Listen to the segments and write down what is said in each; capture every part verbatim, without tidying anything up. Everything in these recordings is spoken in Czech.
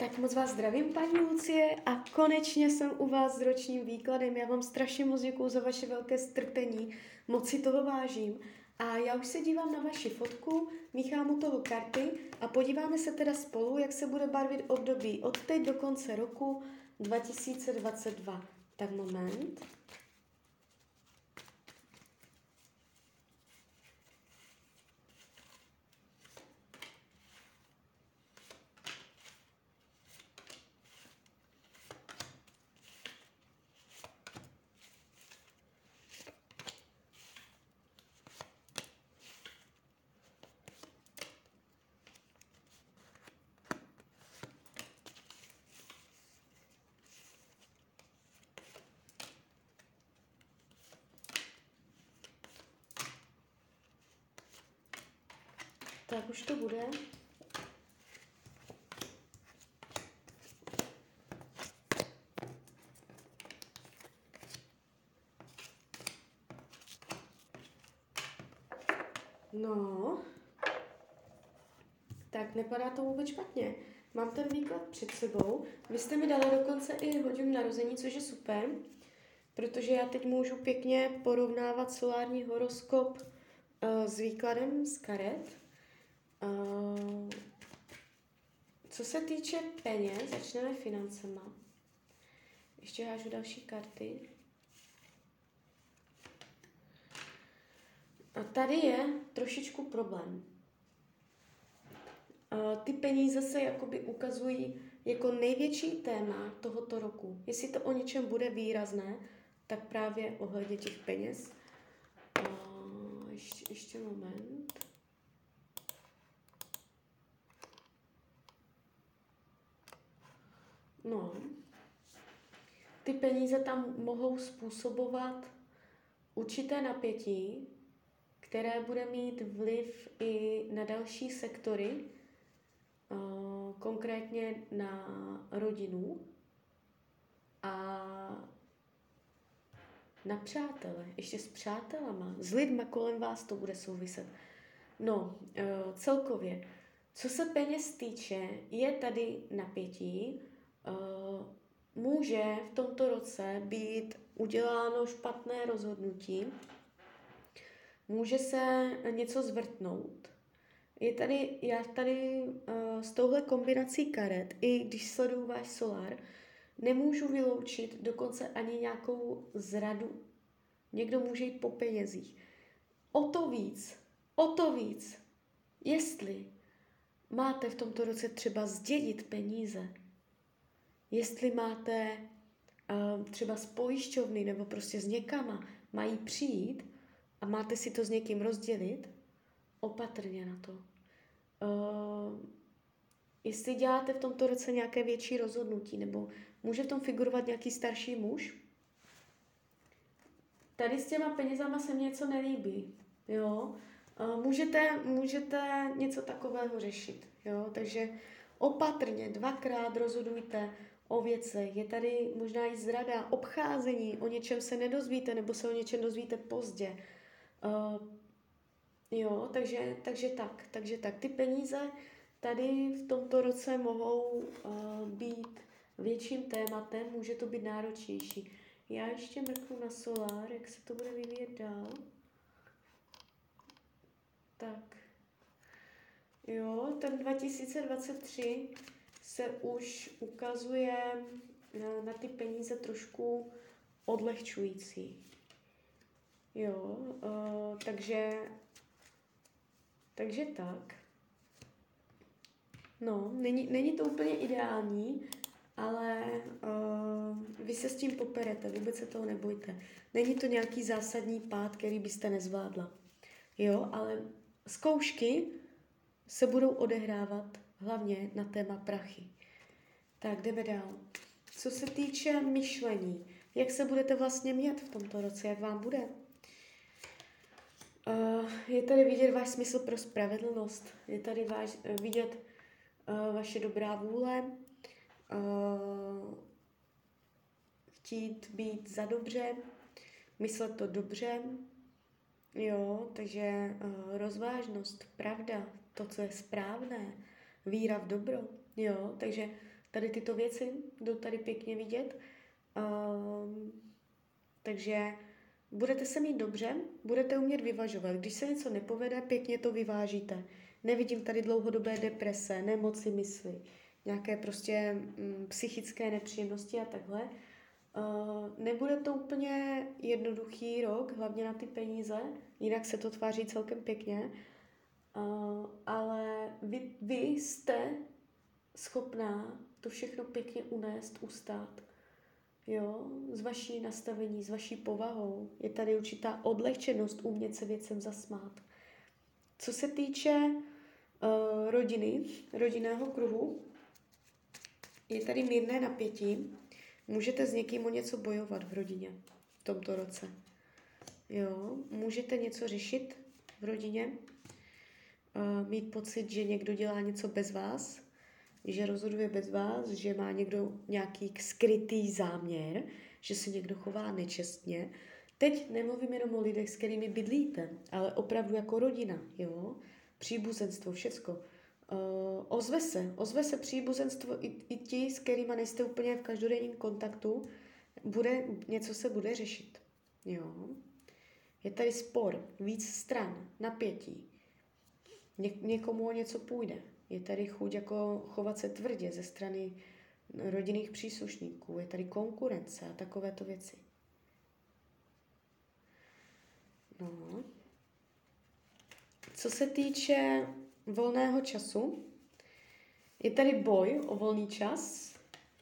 Tak moc vás zdravím, paní Lucie, a konečně jsem u vás s ročním výkladem. Já vám strašně moc děkuju za vaše velké strpení, moc si toho vážím. A já už se dívám na vaši fotku, míchám u toho karty a podíváme se teda spolu, jak se bude barvit období od teď do konce roku dva tisíce dvacet dva. Tak moment. Tak už to bude. No, tak nepadá to vůbec špatně. Mám ten výklad před sebou. Vy jste mi dala dokonce i hodinu narození, což je super, protože já teď můžu pěkně porovnávat solární horoskop uh, s výkladem z karet. Uh, co se týče peněz, začneme financema. Ještě hážu další karty. A tady je trošičku problém. Uh, ty peníze se jakoby ukazují jako největší téma tohoto roku. Jestli to o něčem bude výrazné, tak právě ohledně těch peněz. Uh, ještě, ještě moment. No, ty peníze tam mohou způsobovat určité napětí, které bude mít vliv i na další sektory, konkrétně na rodinu a na přátele, ještě s přátelama, s lidma kolem vás to bude souviset. No, celkově, co se peněz týče, je tady napětí, může v tomto roce být uděláno špatné rozhodnutí, může se něco zvrtnout. Je tady, já tady uh, s touhle kombinací karet, i když sleduju váš solár, nemůžu vyloučit dokonce ani nějakou zradu. Někdo může jít po penězích. O to víc, o to víc, jestli máte v tomto roce třeba zdědit peníze, jestli máte uh, třeba z pojišťovny nebo prostě s někama mají přijít a máte si to s někým rozdělit, opatrně na to. Uh, jestli děláte v tomto roce nějaké větší rozhodnutí, nebo může v tom figurovat nějaký starší muž, tady s těma penězama se mně něco nelíbí. Jo? Uh, můžete, můžete něco takového řešit. Jo? Takže opatrně, dvakrát rozhodujte o věcech. Je tady možná i zrada, obcházení, o něčem se nedozvíte, nebo se o něčem dozvíte pozdě. Uh, Jo, takže, takže tak, takže tak. Ty peníze tady v tomto roce mohou uh, být větším tématem, může to být náročnější. Já ještě mrknu na solár, jak se to bude vyvíjet dál. Tak. Jo, ten dva tisíce dvacet tři se už ukazuje na, na ty peníze trošku odlehčující. Jo, uh, takže Takže tak. No, není, není to úplně ideální, ale uh, vy se s tím poperete, vůbec se toho nebojte. Není to nějaký zásadní pád, který byste nezvládla. Jo, ale zkoušky se budou odehrávat hlavně na téma prachy. Tak, jdeme dál. Co se týče myšlení, jak se budete vlastně mět v tomto roce, jak vám bude? Uh, je tady vidět váš smysl pro spravedlnost, je tady váš, uh, vidět uh, vaše dobrá vůle, uh, chtít být za dobře, myslet to dobře, jo, takže uh, rozvážnost, pravda, to, co je správné, víra v dobro, jo, takže Tady tyto věci jdou tady pěkně vidět. Um, takže budete se mít dobře, budete umět vyvažovat. Když se něco nepovede, pěkně to vyvážíte. Nevidím tady dlouhodobé deprese, nemoci mysli, nějaké prostě mm, psychické nepříjemnosti a takhle. Uh, nebude to úplně jednoduchý rok, hlavně na ty peníze, jinak se to tváří celkem pěkně, uh, ale vy, vy jste schopná to všechno pěkně unést, ustát. Jo, z vaší nastavení, s vaší povahou. Je tady určitá odlehčenost, umět se věcem zasmát. Co se týče uh, rodiny, rodinného kruhu, je tady mírné napětí. Můžete s někým o něco bojovat v rodině v tomto roce. Jo, můžete něco řešit v rodině, uh, mít pocit, že někdo dělá něco bez vás, že rozhoduje bez vás, že má někdo nějaký skrytý záměr, že se někdo chová nečestně. Teď nemluvím jenom o lidech, s kterými bydlíte, ale opravdu jako rodina, jo, příbuzenstvo, všecko. Uh, ozve se, ozve se příbuzenstvo i, i ti, s kterými nejste úplně v každodenním kontaktu, bude, něco se bude řešit, jo. Je tady spor, víc stran, napětí. Ně, někomu o něco půjde. Je tady chuť jako chovat se tvrdě ze strany rodinných příslušníků. Je tady konkurence a takovéto věci. No. Co se týče volného času, je tady boj o volný čas.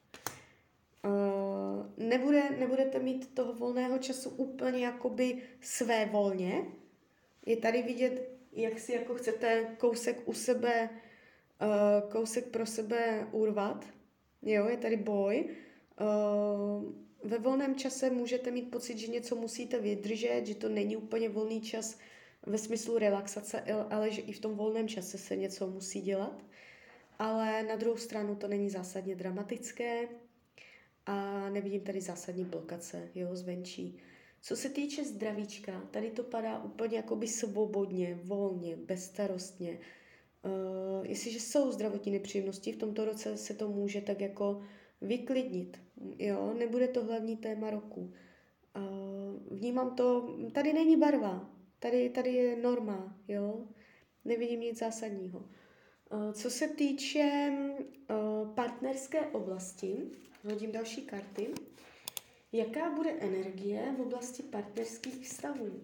Uh, nebude, nebudete mít toho volného času úplně jakoby své volně. Je tady vidět, jak si jako chcete kousek u sebe Uh, kousek pro sebe urvat. Jo, je tady boj. Uh, ve volném čase můžete mít pocit, že něco musíte vydržet, že to není úplně volný čas ve smyslu relaxace, ale že i v tom volném čase se něco musí dělat. Ale na druhou stranu to není zásadně dramatické a nevidím tady zásadní blokace, jo, zvenčí. Co se týče zdravíčka, tady to padá úplně jakoby svobodně, volně, bezstarostně. Uh, jestliže jsou zdravotní nepříjemnosti, v tomto roce se to může tak jako vyklidnit. Jo? Nebude to hlavní téma roku. Uh, vnímám to, tady není barva, tady, tady je norma, jo? Nevidím nic zásadního. Uh, co se týče uh, partnerské oblasti, hodím další karty. Jaká bude energie v oblasti partnerských vztahů?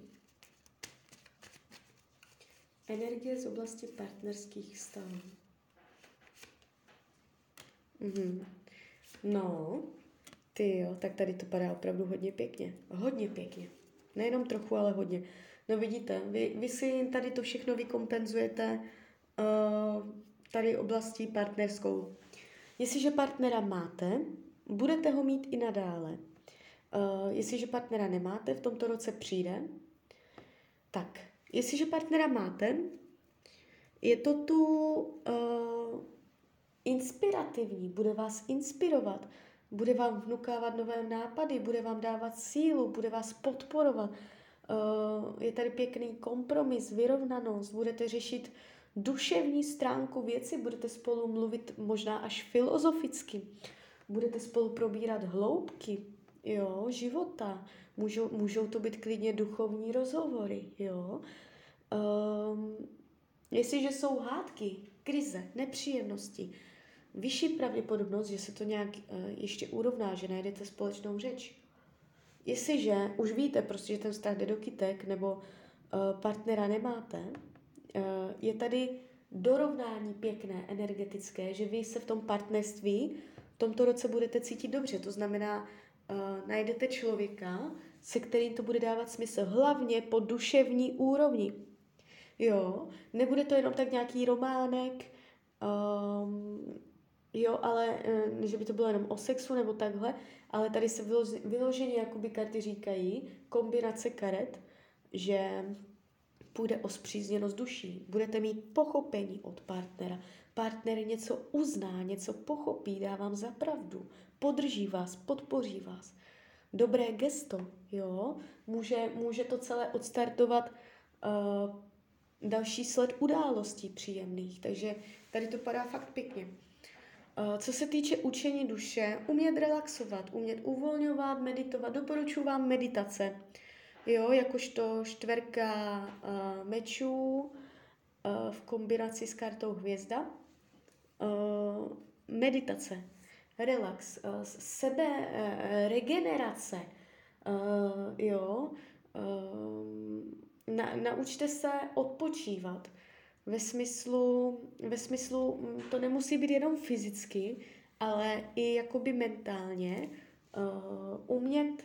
Energie z oblasti partnerských vztahů. Mhm. No, ty jo, tak tady to padá opravdu hodně pěkně. Hodně pěkně. Nejenom trochu, ale hodně. No vidíte, vy, vy si tady to všechno vykompenzujete uh, tady oblastí partnerskou. Jestliže partnera máte, budete ho mít i nadále. Uh, jestliže partnera nemáte, v tomto roce přijde. Tak, jestliže partnera máte, je to tu uh, inspirativní, bude vás inspirovat, bude vám vnukávat nové nápady, bude vám dávat sílu, bude vás podporovat. Uh, je tady pěkný kompromis, vyrovnanost, budete řešit duševní stránku věci, budete spolu mluvit možná až filozoficky, budete spolu probírat hloubky, jo, života. Můžou, můžou to být klidně duchovní rozhovory, jo. Um, jestliže jsou hádky, krize, nepříjemnosti, vyšší pravděpodobnost, že se to nějak uh, ještě urovná, že najdete společnou řeč. Jestliže už víte prostě, že ten vztah jde do kytek nebo uh, partnera nemáte, uh, je tady dorovnání pěkné, energetické, že vy se v tom partnerství v tomto roce budete cítit dobře. To znamená, uh, najdete člověka, se kterým to bude dávat smysl, hlavně po duševní úrovni. Jo, nebude to jenom tak nějaký románek, um, jo, ale um, že by to bylo jenom o sexu nebo takhle, ale tady se vyloženě, jakoby karty říkají, kombinace karet, že půjde o spřízněnost duší. Budete mít pochopení od partnera. Partner něco uzná, něco pochopí, dá vám za pravdu, podrží vás, podpoří vás. Dobré gesto, jo, může, může to celé odstartovat uh, další sled událostí příjemných, takže tady to padá fakt pěkně. Co se týče učení duše, umět relaxovat, umět uvolňovat, meditovat, doporučuji vám meditace. Jo, jakožto čtverka uh, mečů uh, v kombinaci s kartou hvězda. Uh, meditace, relax, uh, sebe, uh, regenerace, uh, jo, uh, na, naučte se odpočívat. Ve smyslu, ve smyslu, to nemusí být jenom fyzicky, ale i jakoby mentálně uh, umět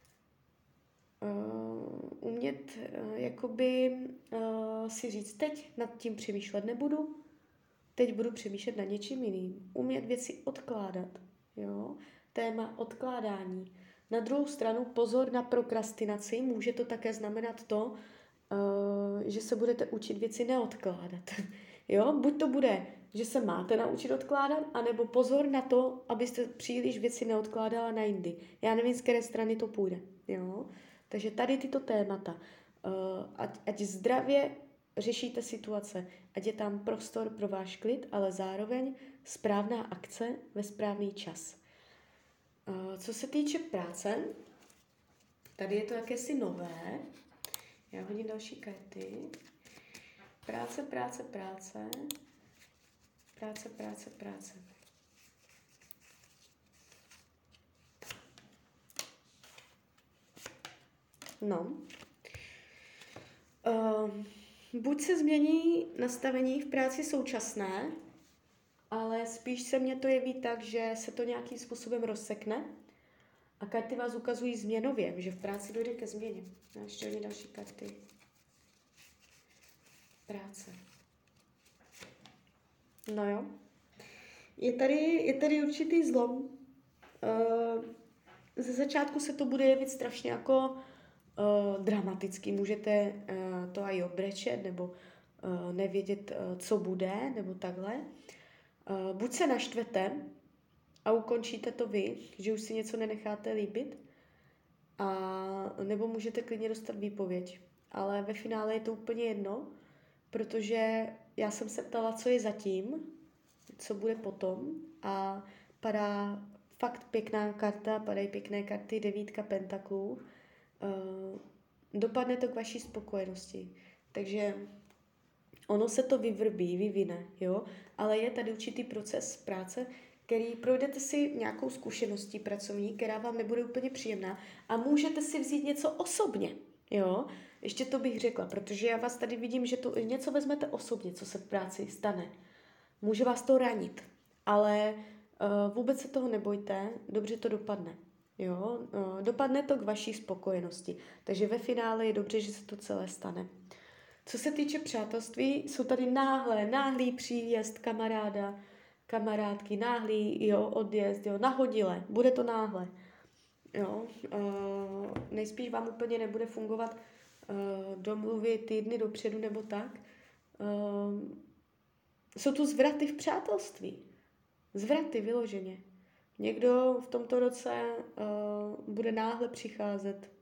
Uh, umět uh, jakoby uh, si říct, teď nad tím přemýšlet nebudu, teď budu přemýšlet nad něčím jiným. Umět věci odkládat, jo? Téma odkládání. Na druhou stranu pozor na prokrastinaci, může to také znamenat to, uh, že se budete učit věci neodkládat. Jo? Buď to bude, že se máte naučit odkládat, anebo pozor na to, abyste příliš věci neodkládala na jindy. Já nevím, z které strany to půjde, jo? Takže tady tyto témata, ať, ať zdravě řešíte situace, ať je tam prostor pro váš klid, ale zároveň správná akce ve správný čas. Co se týče práce, tady je to jakési nové. Já hodím další karty. Práce, práce, práce. Práce, práce, práce. No. Uh, buď se změní nastavení v práci současné, ale spíš se mně to jeví tak, že se to nějakým způsobem rozsekne a karty vás ukazují změnově, že v práci dojde ke změně. A ještě hodně další karty. Práce. No jo. Je tady, je tady určitý zlom. Uh, ze začátku se to bude jevit strašně jako Uh, dramaticky. Můžete uh, to aj obrečet, nebo uh, nevědět, uh, co bude, nebo takhle. Uh, buď se naštvete a ukončíte to vy, že už si něco nenecháte líbit, a nebo můžete klidně dostat výpověď. Ale ve finále je to úplně jedno, protože já jsem se ptala, co je zatím, co bude potom, a padá fakt pěkná karta, padají pěkné karty, devítka pentaklů. Uh, dopadne to k vaší spokojenosti. Takže ono se to vyvrbí, vyvine, jo? Ale je tady určitý proces práce, který projdete si nějakou zkušeností pracovní, která vám nebude úplně příjemná, a můžete si vzít něco osobně, jo? Ještě to bych řekla, protože já vás tady vidím, že to něco vezmete osobně, co se v práci stane. Může vás to ranit, ale uh, vůbec se toho nebojte, dobře to dopadne. Jo, dopadne to k vaší spokojenosti. Takže ve finále je dobře, že se to celé stane. Co se týče přátelství, jsou tady náhle, náhlý příjezd kamaráda, kamarádky, náhlý, jo, odjezd, jo, nahodile, bude to náhle. Jo, uh, nejspíš vám úplně nebude fungovat uh, domluvy týdny dopředu nebo tak. Uh, jsou tu zvraty v přátelství. Zvraty vyloženě. Někdo v tomto roce uh, bude náhle přicházet.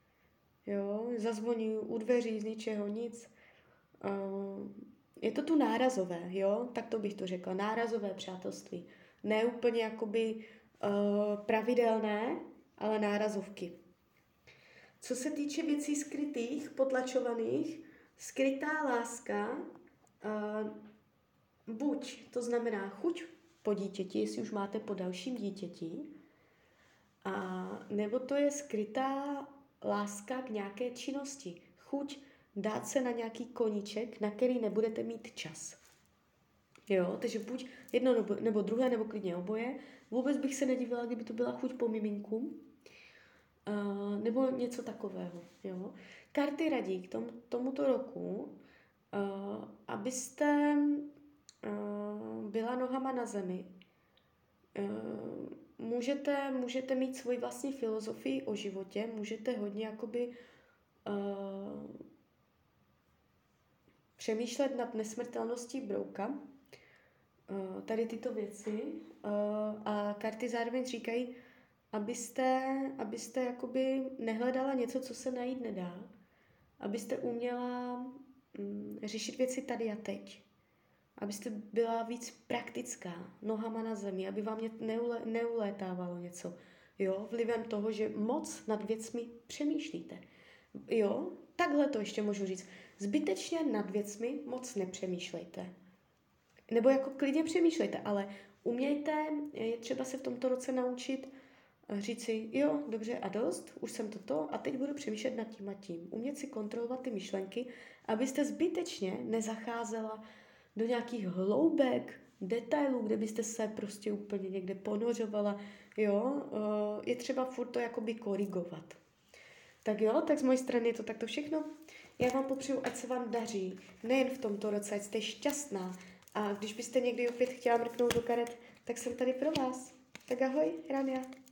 Jo, zazvoní u dveří z ničeho nic. Uh, je to tu nárazové, jo, tak to bych to řekla. Nárazové přátelství. Ne úplně jakoby uh, pravidelné, ale nárazovky. Co se týče věcí skrytých, potlačovaných, skrytá láska, uh, buď to znamená chuť po dítěti, jestli už máte po dalším dítěti, a nebo to je skrytá láska k nějaké činnosti. Chuť dát se na nějaký koníček, na který nebudete mít čas. Jo, takže buď jedno nebo, nebo druhé, nebo klidně oboje. Vůbec bych se nedivila, kdyby to byla chuť po miminku, uh, nebo něco takového. Jo. Karty radí k tom, tomuto roku, uh, abyste uh, byla nohama na zemi. Uh, můžete, můžete mít svoji vlastní filozofii o životě, můžete hodně jakoby uh, přemýšlet nad nesmrtelností brouka, uh, tady tyto věci, uh, a karty zároveň říkají, abyste, abyste jakoby nehledala něco, co se najít nedá, abyste uměla um, řešit věci tady a teď. abyste byla víc praktická, nohama na zemi, aby vám ně- neule, neulétávalo něco. Jo, vlivem toho, že moc nad věcmi přemýšlíte. Jo, takhle to ještě můžu říct. Zbytečně nad věcmi moc nepřemýšlejte. Nebo jako klidně přemýšlejte, ale umějte, je třeba se v tomto roce naučit říct si, jo, dobře a dost, už jsem toto a teď budu přemýšlet nad tím a tím. Umět si kontrolovat ty myšlenky, abyste zbytečně nezacházela do nějakých hloubek, detailů, kde byste se prostě úplně někde ponořovala. Jo, je třeba furt to jakoby korigovat. Tak jo, tak z mojej strany je to takto všechno. Já vám popřeju, ať se vám daří, nejen v tomto roce, ať jste šťastná. A když byste někdy opět chtěla mrknout do karet, tak jsem tady pro vás. Tak ahoj, Rania.